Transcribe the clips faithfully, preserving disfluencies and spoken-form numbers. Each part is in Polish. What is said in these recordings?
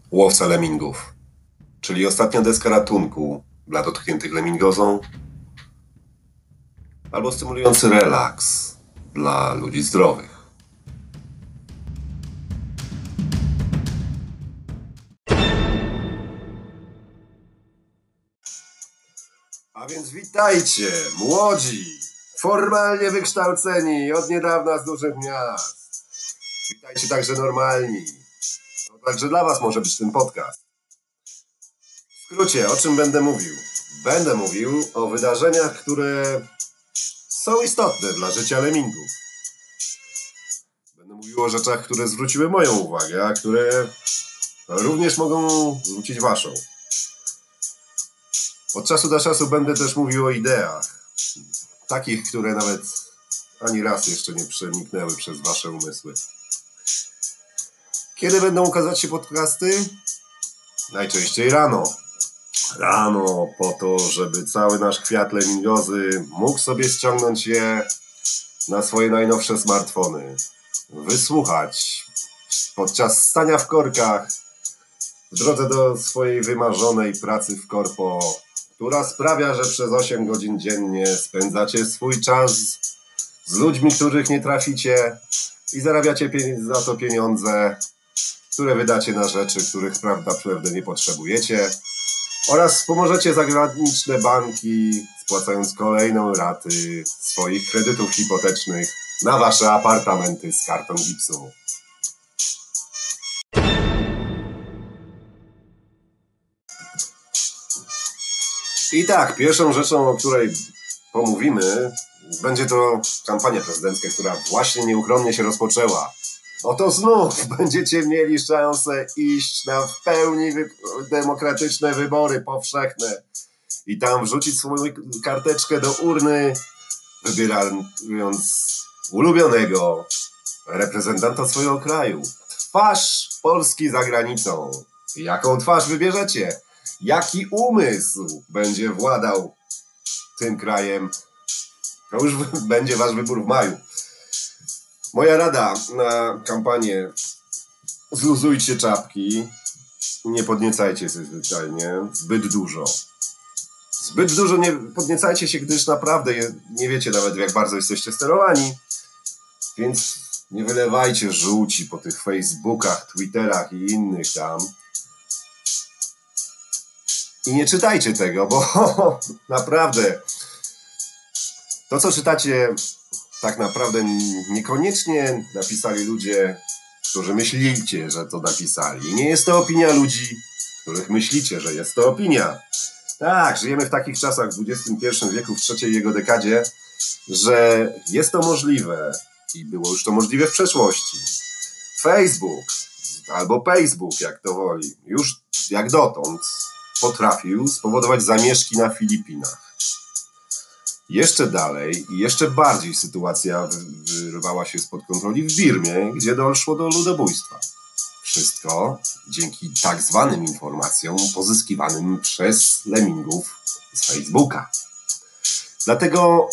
Łowca lemingów, czyli ostatnia deska ratunku dla dotkniętych lemingozą, albo stymulujący relaks dla ludzi zdrowych. A więc witajcie, młodzi, formalnie wykształceni, od niedawna z dużych miast. Witajcie także normalni. To także dla was może być ten podcast. W skrócie, o czym będę mówił? Będę mówił o wydarzeniach, które są istotne dla życia lemingów. Będę mówił o rzeczach, które zwróciły moją uwagę, a które również mogą zwrócić waszą. Od czasu do czasu będę też mówił o ideach, takich, które nawet ani raz jeszcze nie przeniknęły przez wasze umysły. Kiedy będą ukazać się podcasty? Najczęściej rano. Rano po to, żeby cały nasz kwiat lemingozy mógł sobie ściągnąć je na swoje najnowsze smartfony. Wysłuchać podczas stania w korkach w drodze do swojej wymarzonej pracy w korpo, która sprawia, że przez osiem godzin dziennie spędzacie swój czas z ludźmi, których nie traficie i zarabiacie za to pieniądze, które wydacie na rzeczy, których prawda prawdę nie potrzebujecie, oraz pomożecie zagraniczne banki, spłacając kolejną raty swoich kredytów hipotecznych na wasze apartamenty z kartą gipsu. I tak, pierwszą rzeczą, o której pomówimy, będzie to kampania prezydencka, która właśnie nieuchronnie się rozpoczęła. Oto znów będziecie mieli szansę iść na w pełni wy- demokratyczne wybory powszechne i tam wrzucić swoją karteczkę do urny, wybierając ulubionego reprezentanta swojego kraju. Twarz Polski za granicą. Jaką twarz wybierzecie? Jaki umysł będzie władał tym krajem? To już będzie wasz wybór w maju. Moja rada na kampanię: zluzujcie czapki, nie podniecajcie się zwyczajnie zbyt dużo. Zbyt dużo nie podniecajcie się, gdyż naprawdę nie wiecie nawet, jak bardzo jesteście sterowani, więc nie wylewajcie żółci po tych Facebookach, Twitterach i innych tam. I nie czytajcie tego, bo naprawdę to, co czytacie, tak naprawdę niekoniecznie napisali ludzie, którzy myślicie, że to napisali. Nie jest to opinia ludzi, których myślicie, że jest to opinia. Tak, żyjemy w takich czasach w dwudziestym pierwszym wieku, w trzeciej jego dekadzie, że jest to możliwe i było już to możliwe w przeszłości. Facebook albo Facebook, jak to woli, już jak dotąd potrafił spowodować zamieszki na Filipinach. Jeszcze dalej i jeszcze bardziej sytuacja wyrwała się spod kontroli w Birmie, gdzie doszło do ludobójstwa. Wszystko dzięki tak zwanym informacjom pozyskiwanym przez lemingów z Facebooka. Dlatego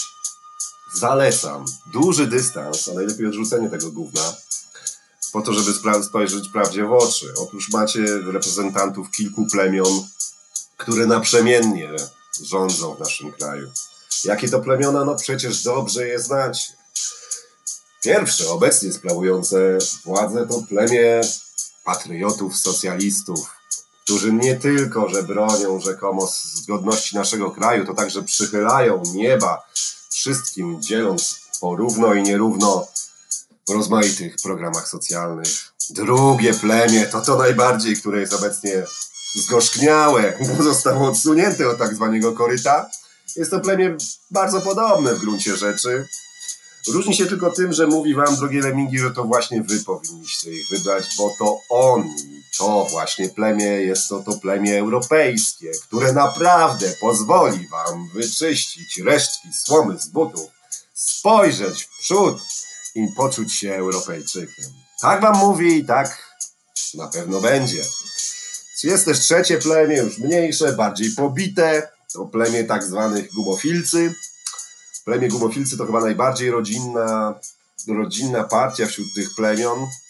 zalecam duży dystans, a najlepiej odrzucenie tego gówna, po to, żeby spra- spojrzeć prawdzie w oczy. Otóż macie reprezentantów kilku plemion, które naprzemiennie rządzą w naszym kraju. Jakie to plemiona? No przecież dobrze je znacie. Pierwsze obecnie sprawujące władzę to plemię patriotów, socjalistów, którzy nie tylko, że bronią rzekomo zgodności naszego kraju, to także przychylają nieba wszystkim, dzieląc porówno i nierówno w rozmaitych programach socjalnych. Drugie plemię to to najbardziej, które jest obecnie zgorzkniałe, bo zostało odsunięte od tak zwanego koryta. Jest to plemię bardzo podobne w gruncie rzeczy. Różni się tylko tym, że mówi wam, drogie lemingi, że to właśnie wy powinniście ich wybrać, bo to oni, to właśnie plemię jest to to plemię europejskie, które naprawdę pozwoli wam wyczyścić resztki słomy z butów, spojrzeć w przód i poczuć się Europejczykiem. Tak wam mówi i tak na pewno będzie. Jest też trzecie plemię, już mniejsze, bardziej pobite, to plemię tak zwanych gumofilcy. Plemię gumofilcy to chyba najbardziej rodzinna, rodzinna partia wśród tych plemion.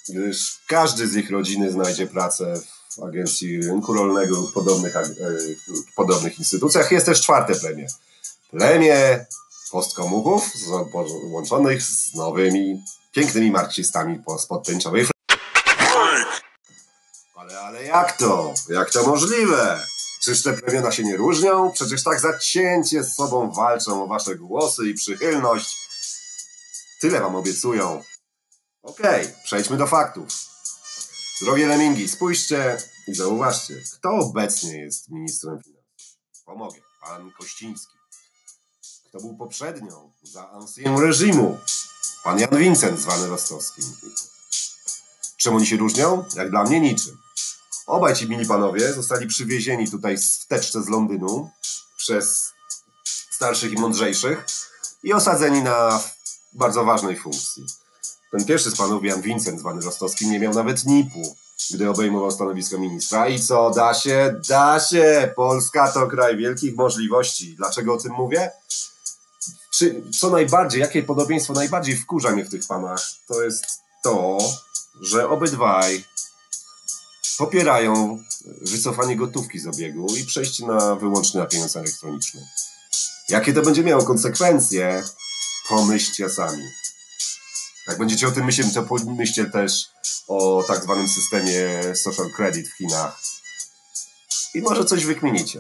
gdyż każdy z ich rodziny znajdzie pracę w Agencji Rynku Rolnego lub podobnych, podobnych instytucjach. Jest też czwarte plemię. Plemię postkomuchów łączonych z nowymi, pięknymi marksistami spod tęczowej flagi. Ale, ale jak to? Jak to możliwe? Czyż te plemiona się nie różnią? Przecież tak zacięcie z sobą walczą o wasze głosy i przychylność. Tyle wam obiecują. Okej, okay, przejdźmy do faktów. Drogie lemingi, spójrzcie i zauważcie, kto obecnie jest ministrem finansów. Pomogę, pan Kościński. Kto był poprzednią za ancien reżimu? Pan Jan Vincent, zwany Rostowskim. Czym oni się różnią? Jak dla mnie niczym. Obaj ci mili panowie zostali przywiezieni tutaj w teczce z Londynu przez starszych i mądrzejszych i osadzeni na bardzo ważnej funkcji. Ten pierwszy z panów, Jan Vincent, zwany Rostowskim, nie miał nawet nipu, gdy obejmował stanowisko ministra. I co? Da się? Da się! Polska to kraj wielkich możliwości. Dlaczego o tym mówię? Czy, co najbardziej, jakie podobieństwo najbardziej wkurza mnie w tych panach, to jest to, że obydwaj popierają wycofanie gotówki z obiegu i przejście na wyłącznie na pieniądz elektroniczny. Jakie to będzie miało konsekwencje? Pomyślcie sami. Jak będziecie o tym myśleć, to pomyślcie też o tak zwanym systemie social credit w Chinach. I może coś wykminicie.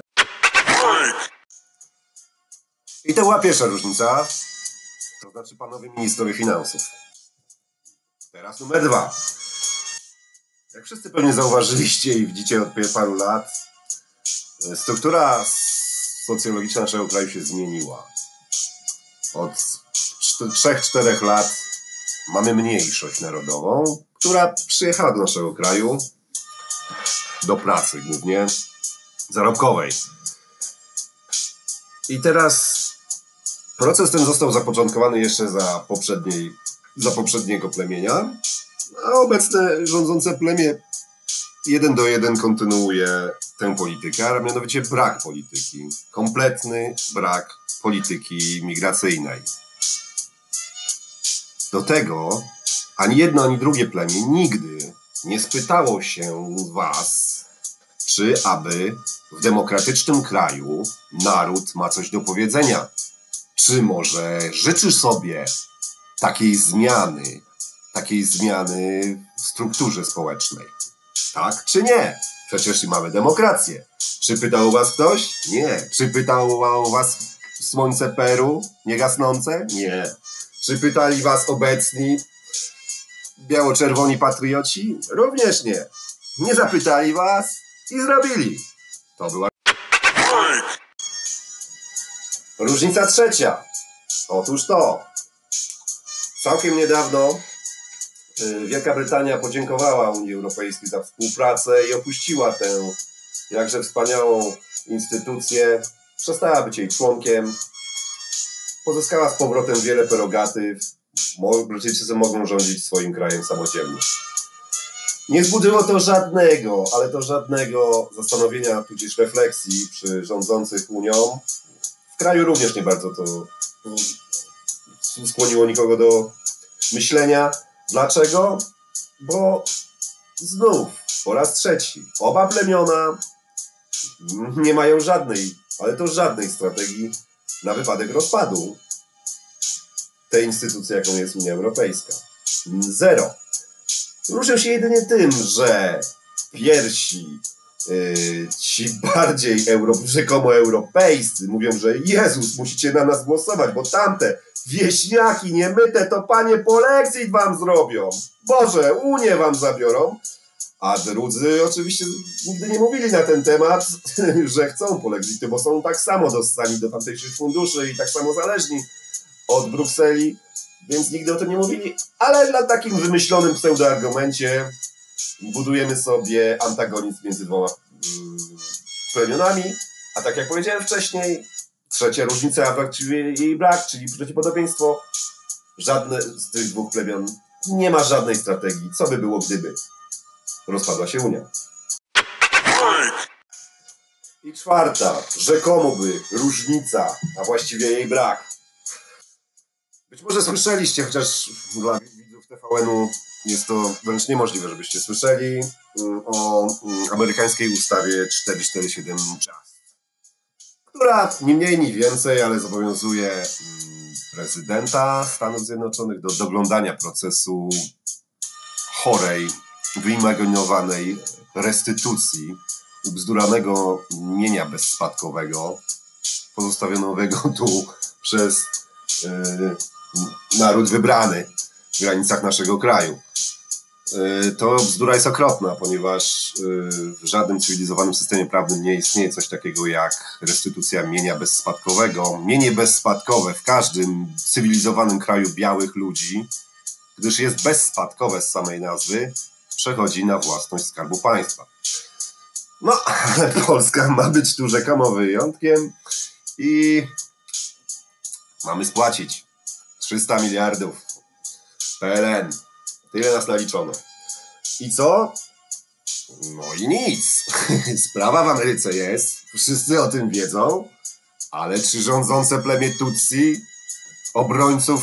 I to była pierwsza różnica, to znaczy panowie ministrowie finansów. Teraz numer dwa. Jak wszyscy pewnie zauważyliście i widzicie od paru lat, struktura socjologiczna naszego kraju się zmieniła. Od trzech czterech lat mamy mniejszość narodową, która przyjechała do naszego kraju do pracy głównie zarobkowej. I teraz proces ten został zapoczątkowany jeszcze za, poprzedniej, za poprzedniego plemienia, a obecne rządzące plemię jeden do jeden kontynuuje tę politykę, a mianowicie brak polityki. Kompletny brak polityki migracyjnej. Do tego ani jedno, ani drugie plemię nigdy nie spytało się was, czy aby w demokratycznym kraju naród ma coś do powiedzenia. Czy może życzysz sobie takiej zmiany, takiej zmiany w strukturze społecznej? Tak czy nie? Przecież mamy demokrację. Czy pytał was ktoś? Nie. Czy pytało was słońce Peru, niegasnące? Nie. Czy pytali was obecni biało-czerwoni patrioci? Również nie. Nie zapytali was i zrobili. To była różnica trzecia. Otóż to. Całkiem niedawno Wielka Brytania podziękowała Unii Europejskiej za współpracę i opuściła tę jakże wspaniałą instytucję. Przestała być jej członkiem. Pozyskała z powrotem wiele prerogatyw. Brytyjczycy mogą rządzić swoim krajem samodzielnie. Nie wzbudziło to żadnego, ale to żadnego zastanowienia, tudzież refleksji przy rządzących Unią. W kraju również nie bardzo to skłoniło nikogo do myślenia. Dlaczego? Bo znów, po raz trzeci, oba plemiona nie mają żadnej, ale to żadnej strategii na wypadek rozpadu tej instytucji, jaką jest Unia Europejska. Zero. Różnią się jedynie tym, że pierwsi, yy, ci bardziej euro, rzekomo europejscy mówią, że Jezus, musicie na nas głosować, bo tamte wieśniaki niemyte to panie polexit wam zrobią. Boże, Unię wam zabiorą. A drudzy oczywiście nigdy nie mówili na ten temat, że chcą polexity, bo są tak samo dostani do tamtejszych funduszy i tak samo zależni od Brukseli, więc nigdy o tym nie mówili, ale na takim wymyślonym pseudoargumencie budujemy sobie antagonizm między dwoma mm, plemionami, a tak jak powiedziałem wcześniej, trzecia różnica, a właściwie jej brak, czyli przeciwpodobieństwo, żadne z tych dwóch plemion nie ma żadnej strategii, co by było, gdyby rozpadła się Unia. I czwarta, rzekomo by różnica, a właściwie jej brak. Być może słyszeliście, chociaż dla widzów T V N-u jest to wręcz niemożliwe, żebyście słyszeli o amerykańskiej ustawie czterysta czterdzieści siedem Just, która ni mniej, ni więcej, ale zobowiązuje prezydenta Stanów Zjednoczonych do doglądania procesu chorej, wyimaginowanej restytucji ubzduranego mienia bezspadkowego pozostawionego tu przez yy, naród wybrany w granicach naszego kraju. Yy, to bzdura jest okropna, ponieważ yy, w żadnym cywilizowanym systemie prawnym nie istnieje coś takiego jak restytucja mienia bezspadkowego. Mienie bezspadkowe w każdym cywilizowanym kraju białych ludzi, gdyż jest bezspadkowe z samej nazwy, przechodzi na własność Skarbu Państwa. No, ale Polska ma być tu rzekomo wyjątkiem i mamy spłacić trzysta miliardów P L N. Tyle nas naliczono. I co? No i nic. Sprawa w Ameryce jest, wszyscy o tym wiedzą, ale czy rządzące plemię Tutsi, obrońców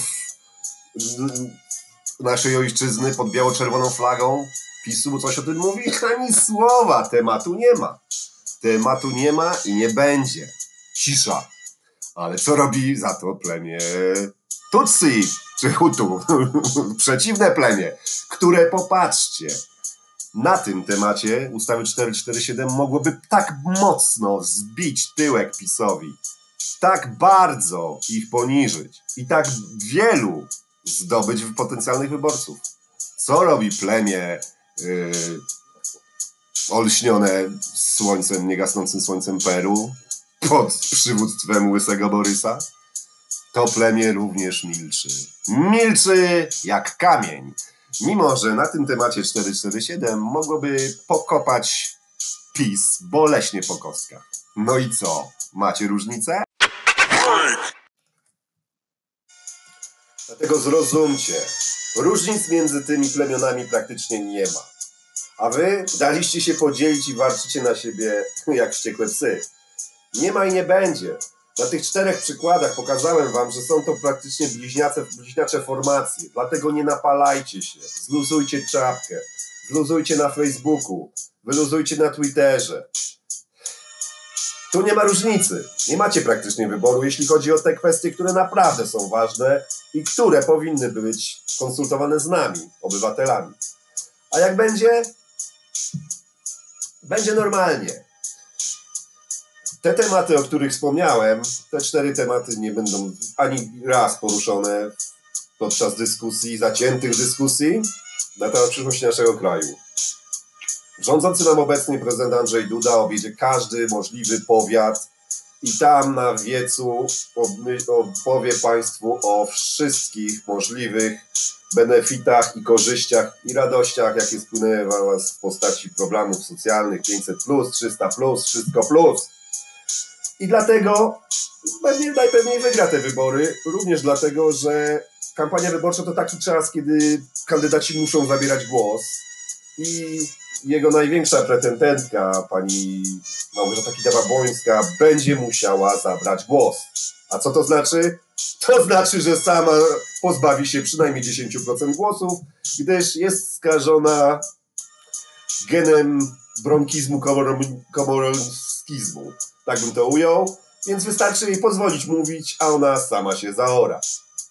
naszej ojczyzny pod biało-czerwoną flagą PiSu coś o tym mówi? Ani słowa. Tematu nie ma. Tematu nie ma i nie będzie. Cisza. Ale co robi za to plemię Tutsi czy Hutu? Przeciwne plemię, które, popatrzcie, na tym temacie ustawy czterysta czterdzieści siedem mogłoby tak mocno zbić tyłek PiSowi, tak bardzo ich poniżyć i tak wielu zdobyć potencjalnych wyborców. Co robi plemię yy, olśnione słońcem, niegasnącym słońcem Peru pod przywództwem łysego Borysa? To plemię również milczy. Milczy jak kamień. Mimo że na tym temacie czterysta czterdzieści siedem mogłoby pokopać PiS boleśnie po kostkach. No i co? Macie różnicę? Dlatego zrozumcie, różnic między tymi plemionami praktycznie nie ma. A wy daliście się podzielić i warczycie na siebie jak wściekłe psy. Nie ma i nie będzie. Na tych czterech przykładach pokazałem wam, że są to praktycznie bliźniacze, bliźniacze formacje. Dlatego nie napalajcie się. Zluzujcie czapkę. Zluzujcie na Facebooku. Wyluzujcie na Twitterze. Tu nie ma różnicy. Nie macie praktycznie wyboru, jeśli chodzi o te kwestie, które naprawdę są ważne i które powinny być konsultowane z nami, obywatelami. A jak będzie? Będzie normalnie. Te tematy, o których wspomniałem, te cztery tematy nie będą ani raz poruszone podczas dyskusji, zaciętych dyskusji na temat przyszłości naszego kraju. Rządzący nam obecnie prezydent Andrzej Duda objedzie każdy możliwy powiat i tam na wiecu opowie Państwu o wszystkich możliwych benefitach i korzyściach i radościach, jakie spłynęły Was w postaci programów socjalnych pięćset plus, trzysta plus, wszystko plus. I dlatego pewnie najpewniej wygra te wybory, również dlatego, że kampania wyborcza to taki czas, kiedy kandydaci muszą zabierać głos i jego największa pretendentka, pani Małgorzata Kidawa-Błońska, będzie musiała zabrać głos. A co to znaczy? To znaczy, że sama pozbawi się przynajmniej dziesięć procent głosów, gdyż jest skażona genem bronkizmu komorolskizmu. Tak bym to ujął. Więc wystarczy jej pozwolić mówić, a ona sama się zaora.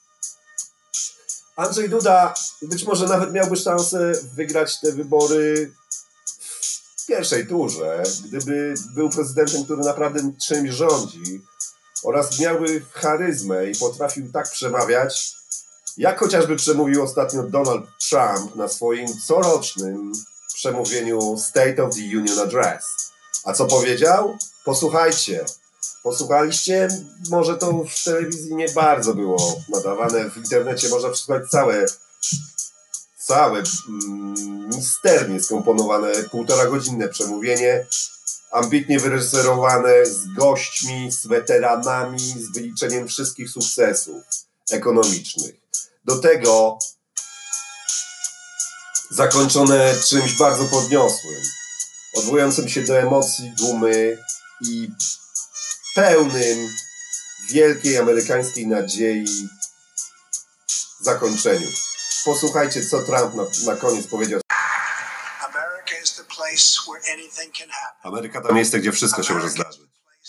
Andrzej Duda być może nawet miałby szansę wygrać te wybory w pierwszej turze, gdyby był prezydentem, który naprawdę czymś rządzi oraz miałby charyzmę i potrafił tak przemawiać, jak chociażby przemówił ostatnio Donald Trump na swoim corocznym przemówieniu State of the Union Address. A co powiedział? Posłuchajcie. Posłuchaliście? Może to w telewizji nie bardzo było nadawane. W internecie można przesłuchać całe, całe mm, misternie skomponowane, półtora godzinne przemówienie, ambitnie wyreżyserowane, z gośćmi, z weteranami, z wyliczeniem wszystkich sukcesów ekonomicznych. Do tego zakończone czymś bardzo podniosłym, odwołującym się do emocji, dumy i pełnym wielkiej amerykańskiej nadziei zakończeniu. posłuchajcie, co Trump na, na koniec powiedział. Ameryka to miejsce, gdzie wszystko się może zdarzyć.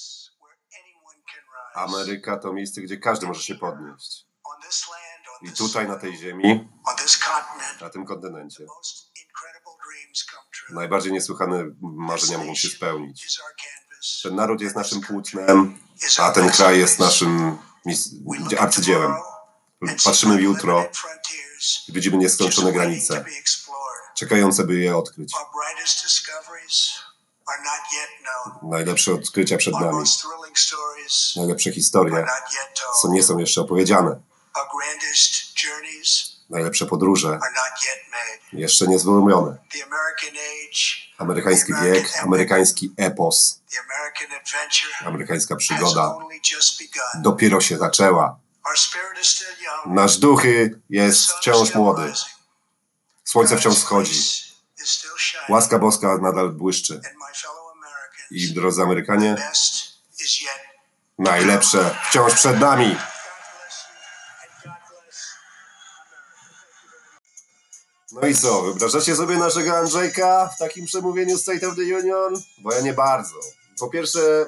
Ameryka to miejsce, gdzie każdy może się podnieść. I tutaj na tej ziemi, na tym kontynencie, najbardziej niesłychane marzenia mogą się spełnić. Ten naród jest naszym płótnem, a ten kraj jest naszym arcydziełem. Patrzymy w jutro i widzimy nieskończone granice, czekające, by je odkryć. Najlepsze odkrycia przed nami. Najlepsze historie co nie są jeszcze opowiedziane. Najlepsze podróże jeszcze nie zwyrumione. Amerykański wiek, amerykański epos, amerykańska przygoda dopiero się zaczęła. Nasz duch jest wciąż młody. Słońce wciąż wschodzi. Łaska boska nadal błyszczy. I drodzy Amerykanie, najlepsze wciąż przed nami. No i co, wyobrażacie sobie naszego Andrzejka w takim przemówieniu State of the Union? Bo ja nie bardzo. Po pierwsze,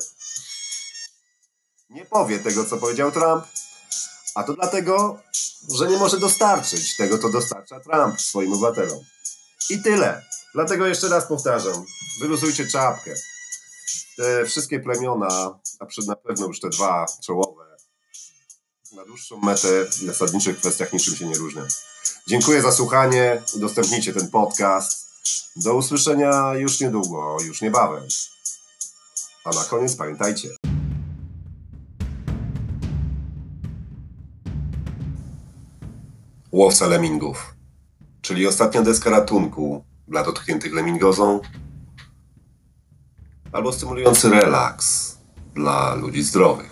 nie powie tego, co powiedział Trump, a to dlatego, że nie może dostarczyć tego, co dostarcza Trump swoim obywatelom. I tyle. Dlatego jeszcze raz powtarzam, wyluzujcie czapkę. Te wszystkie plemiona, a przed na pewno już te dwa czołowe, na dłuższą metę w zasadniczych kwestiach niczym się nie różnią. Dziękuję za słuchanie, udostępnijcie ten podcast. Do usłyszenia już niedługo, już niebawem. A na koniec pamiętajcie. Łowca lemingów, czyli ostatnia deska ratunku dla dotkniętych lemingozą, albo stymulujący relaks dla ludzi zdrowych.